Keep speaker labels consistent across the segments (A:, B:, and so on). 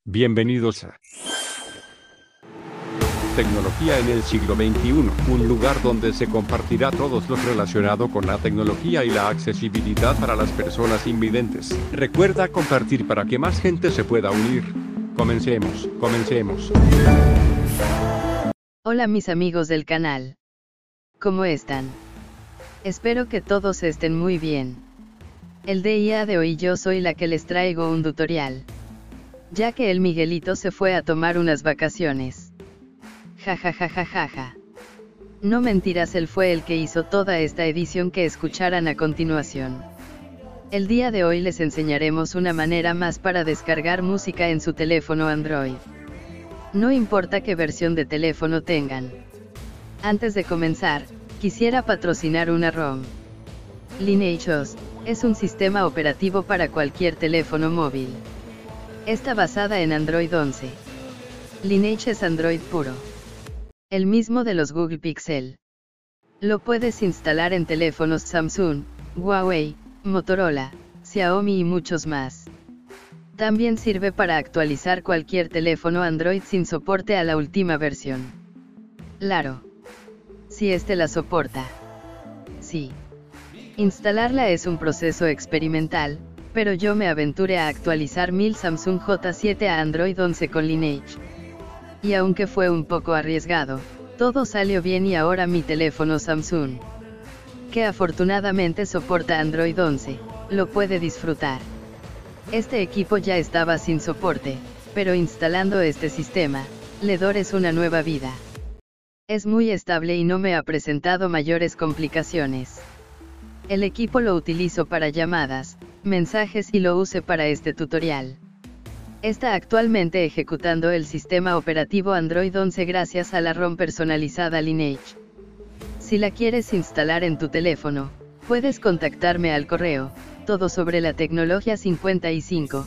A: Bienvenidos a Tecnología en el siglo XXI, un lugar donde se compartirá todo lo relacionado con la tecnología y la accesibilidad para las personas invidentes. Recuerda compartir para que más gente se pueda unir. Comencemos.
B: Hola mis amigos del canal. ¿Cómo están? Espero que todos estén muy bien. El día de hoy yo soy la que les traigo un tutorial. Ya que el Miguelito se fue a tomar unas vacaciones. Ja. No mentiras, él fue el que hizo toda esta edición que escucharán a continuación. El día de hoy les enseñaremos una manera más para descargar música en su teléfono Android. No importa qué versión de teléfono tengan. Antes de comenzar, quisiera patrocinar una ROM. Lineage OS es un sistema operativo para cualquier teléfono móvil. Está basada en Android 11. Lineage es Android puro. El mismo de los Google Pixel. Lo puedes instalar en teléfonos Samsung, Huawei, Motorola, Xiaomi y muchos más. También sirve para actualizar cualquier teléfono Android sin soporte a la última versión. Claro. Si este la soporta. Sí. Instalarla es un proceso experimental, pero yo me aventuré a actualizar mi Samsung J7 a Android 11 con Lineage. Y aunque fue un poco arriesgado, todo salió bien y ahora mi teléfono Samsung, que afortunadamente soporta Android 11, lo puede disfrutar. Este equipo ya estaba sin soporte, pero instalando este sistema, le dores una nueva vida. Es muy estable y no me ha presentado mayores complicaciones. El equipo lo utilizo para llamadas, mensajes y lo use para este tutorial. Está actualmente ejecutando el sistema operativo Android 11 gracias a la ROM personalizada Lineage. Si la quieres instalar en tu teléfono, puedes contactarme al correo, todo sobre la tecnología 55,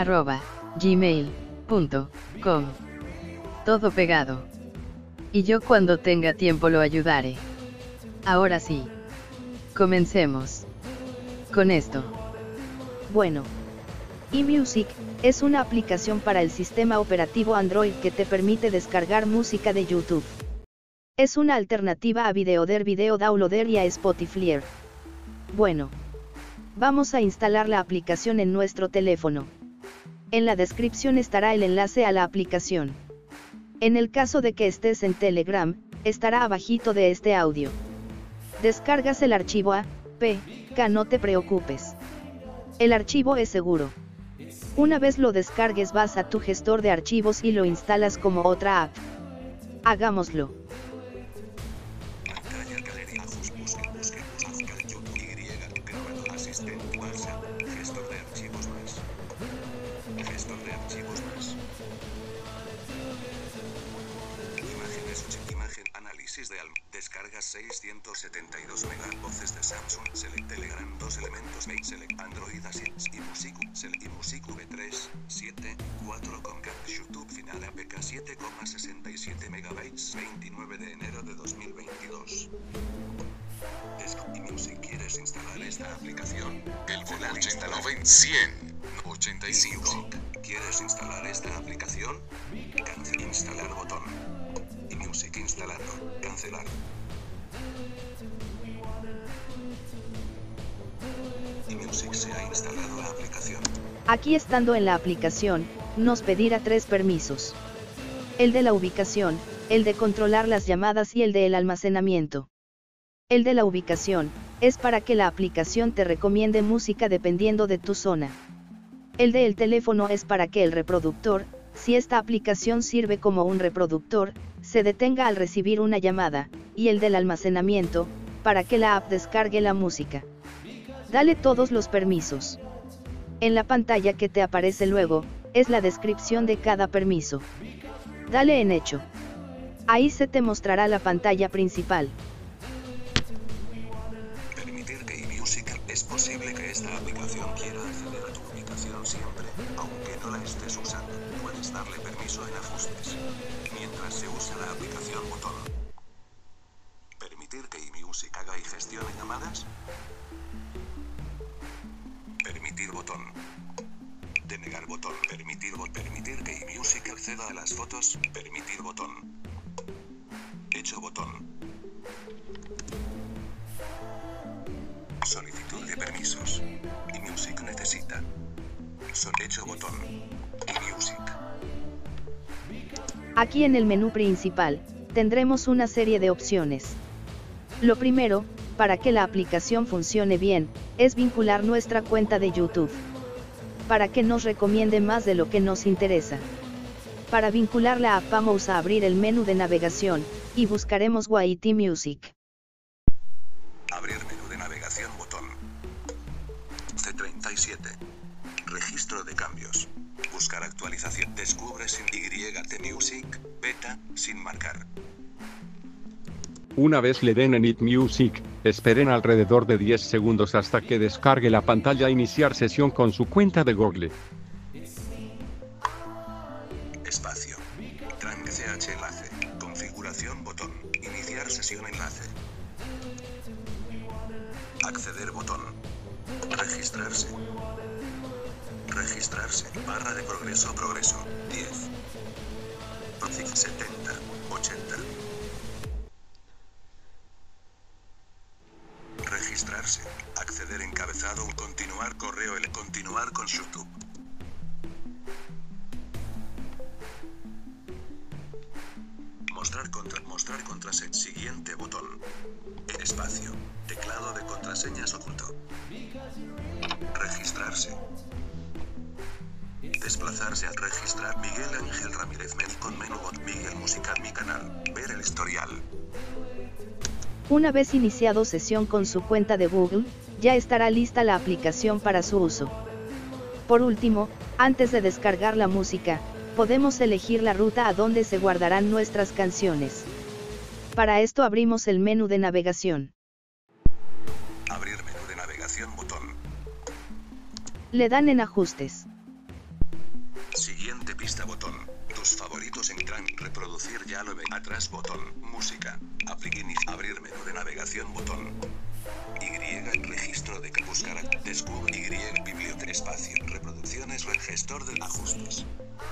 B: @gmail.com. Todo pegado. Y yo cuando tenga tiempo lo ayudaré. Ahora sí. Comencemos. Con esto.
C: Bueno. eMusic es una aplicación para el sistema operativo Android que te permite descargar música de YouTube. Es una alternativa a Video Downloader y a Spotify. Bueno. Vamos a instalar la aplicación en nuestro teléfono. En la descripción estará el enlace a la aplicación. En el caso de que estés en Telegram, estará abajito de este audio. Descargas el archivo APK, no te preocupes. El archivo es seguro. Una vez lo descargues vas a tu gestor de archivos y lo instalas como otra app. Hagámoslo.
D: Descarga 672 megavoces de Samsung Select Telegram 2 elementos Mate Select Android Assist eMusic Select eMusic V3 7 4 con YouTube final APK 7,67 megabytes 29 de enero de 2022. eMusic, ¿quieres instalar esta aplicación? El volante instaló en 185. ¿Quieres instalar esta aplicación? Instalar botón. eMusic instalado. Cancelar. eMusic se ha instalado la aplicación.
C: Aquí estando en la aplicación, nos pedirá 3 permisos. El de la ubicación, el de controlar las llamadas y el del almacenamiento. El de la ubicación, es para que la aplicación te recomiende música dependiendo de tu zona. El del teléfono es para que el reproductor, si esta aplicación sirve como un reproductor, se detenga al recibir una llamada, y el del almacenamiento, para que la app descargue la música. Dale todos los permisos. En la pantalla que te aparece luego, es la descripción de cada permiso. Dale en hecho. Ahí se te mostrará la pantalla principal.
D: Permitir que eMusic. Es posible que esta aplicación quiera acceder a tu ubicación siempre, aunque no la estés usando. Puedes darle permiso en ajustes. Mientras se usa la aplicación botón. Permitir que eMusic haga y gestione llamadas. Permitir botón. Denegar botón. Permitir que eMusic Acceda a las fotos, permitir botón. Hecho botón. Solicitud de permisos. eMusic necesita. Hecho botón. eMusic.
C: Aquí en el menú principal, tendremos una serie de opciones. Lo primero, para que la aplicación funcione bien, es vincular nuestra cuenta de YouTube. Para que nos recomiende más de lo que nos interesa. Para vincular la app vamos a abrir el menú de navegación, y buscaremos YT Music.
D: Abrir menú de navegación botón. C37. Registro de cambios. Buscar actualización. Descubre sin YT Music, beta, sin marcar.
A: Una vez le den en It Music, esperen alrededor de 10 segundos hasta que descargue la pantalla Iniciar sesión con su cuenta de Google.
D: Espacio. Trunk CH enlace. Configuración botón. Iniciar sesión enlace. Acceder botón. Registrarse. Registrarse. Barra de progreso. 10. 70. 80. Registrarse. Acceder encabezado. Continuar correo. Continuar con YouTube. Mostrar contraseña. Siguiente botón. Espacio. Teclado de contraseñas oculto. Registrarse. Desplazarse al registrar. Miguel Ángel Ramírez con menú bot. Miguel Música. Mi canal. Ver el historial.
C: Una vez iniciado sesión con su cuenta de Google, ya estará lista la aplicación para su uso. Por último, antes de descargar la música, podemos elegir la ruta a donde se guardarán nuestras canciones. Para esto abrimos el menú de navegación.
D: Abrir menú de navegación botón.
C: Le dan en ajustes.
D: Siguiente pista botón. Tus favoritos en trunk. Reproducir ya lo ve. Atrás botón. Música. Abrir menú de navegación botón. Y. Registro de buscar. Descubre. Y. Biblioteca. Espacio. Reproducciones. Gestor de ajustes.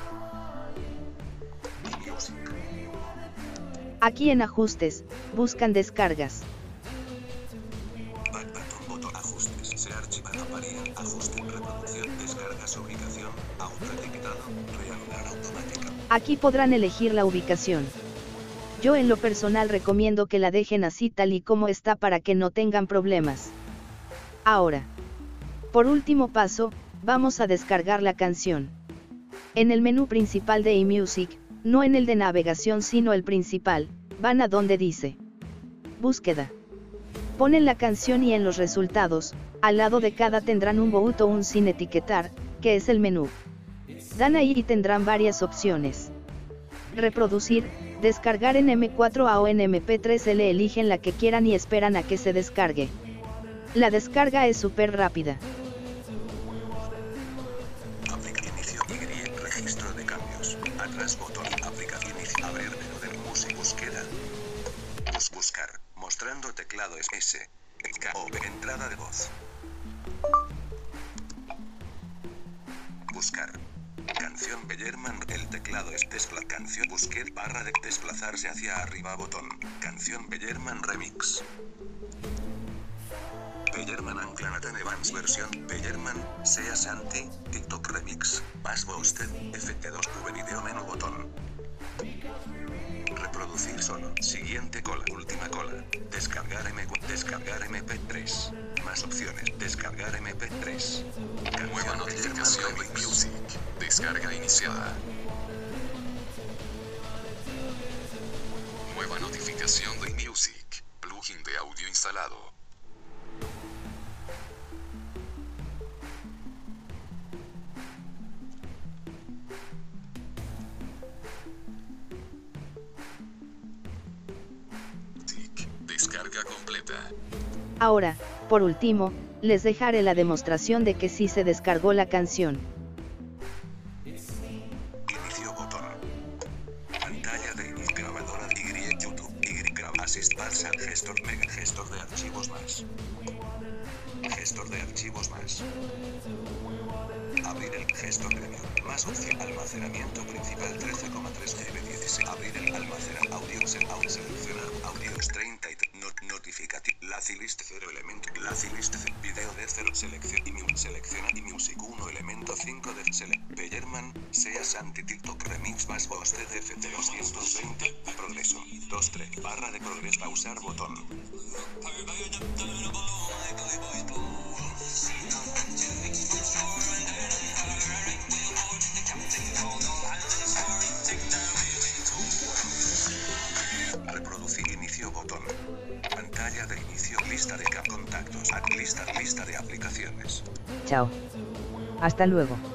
D: Music.
C: Aquí en ajustes, buscan descargas.
D: Back button botón. Ajustes. Se archiva. Apariencia. Ajuste. Reproducción. Descargas. Ubicación. Autoetiquetado. Reanudar automática.
C: Aquí podrán elegir la ubicación. Yo en lo personal recomiendo que la dejen así tal y como está para que no tengan problemas. Ahora, por último paso, vamos a descargar la canción. En el menú principal de eMusic, no en el de navegación sino el principal, van a donde dice Búsqueda. Ponen la canción y en los resultados, al lado de cada tendrán un boot o un sin etiquetar, que es el menú. Dan ahí y tendrán varias opciones. Reproducir, descargar en M4A o en MP3 le eligen la que quieran y esperan a que se descargue. La descarga es súper rápida.
D: Inicio Y. Registro de cambios. Atrás botón. Aplicación. Abrir menú del música. Búsqueda. Buscar. Mostrando teclado S. K. O. Entrada de voz. Buscar. Canción Bellerman. El teclado es canción. Busqué barra de desplazarse hacia arriba botón. Canción Bellerman Remix. Bellerman Ancla Nathan Evans versión. Bellerman, Sea Santi, TikTok Remix. Bass Boosted, FT2V video menú botón. Reproducir solo. Siguiente cola. Última cola. Descargar MP3. Más opciones. Descargar MP3.
E: Nueva notificación de Music. Descarga iniciada. Nueva notificación de Music. Plugin de audio instalado. Descarga completa.
C: Ahora, por último, les dejaré la demostración de que sí se descargó la canción.
D: Inicio botón. Pantalla de grabadora Y YouTube. Assist Pulse al gestor mega. Gestor de archivos más. Gestor de archivos más. Abrir el gesto premium. Más opción. Almacenamiento principal 13,3 GB 16. Abrir el almacenar audio. Seleccionar audios 30 y notificativo. Lazy list 0 elemento. Lazy list video de 0. Selecciona y music 1 elemento 5 de select. Bellerman, seas anti TikTok remix más voz TDFT 220. Progreso. 2-3. Barra de progreso. Pausar botón. Reproducir inicio botón. Pantalla de inicio. Lista de contactos. Lista de aplicaciones.
C: Chao. Hasta luego.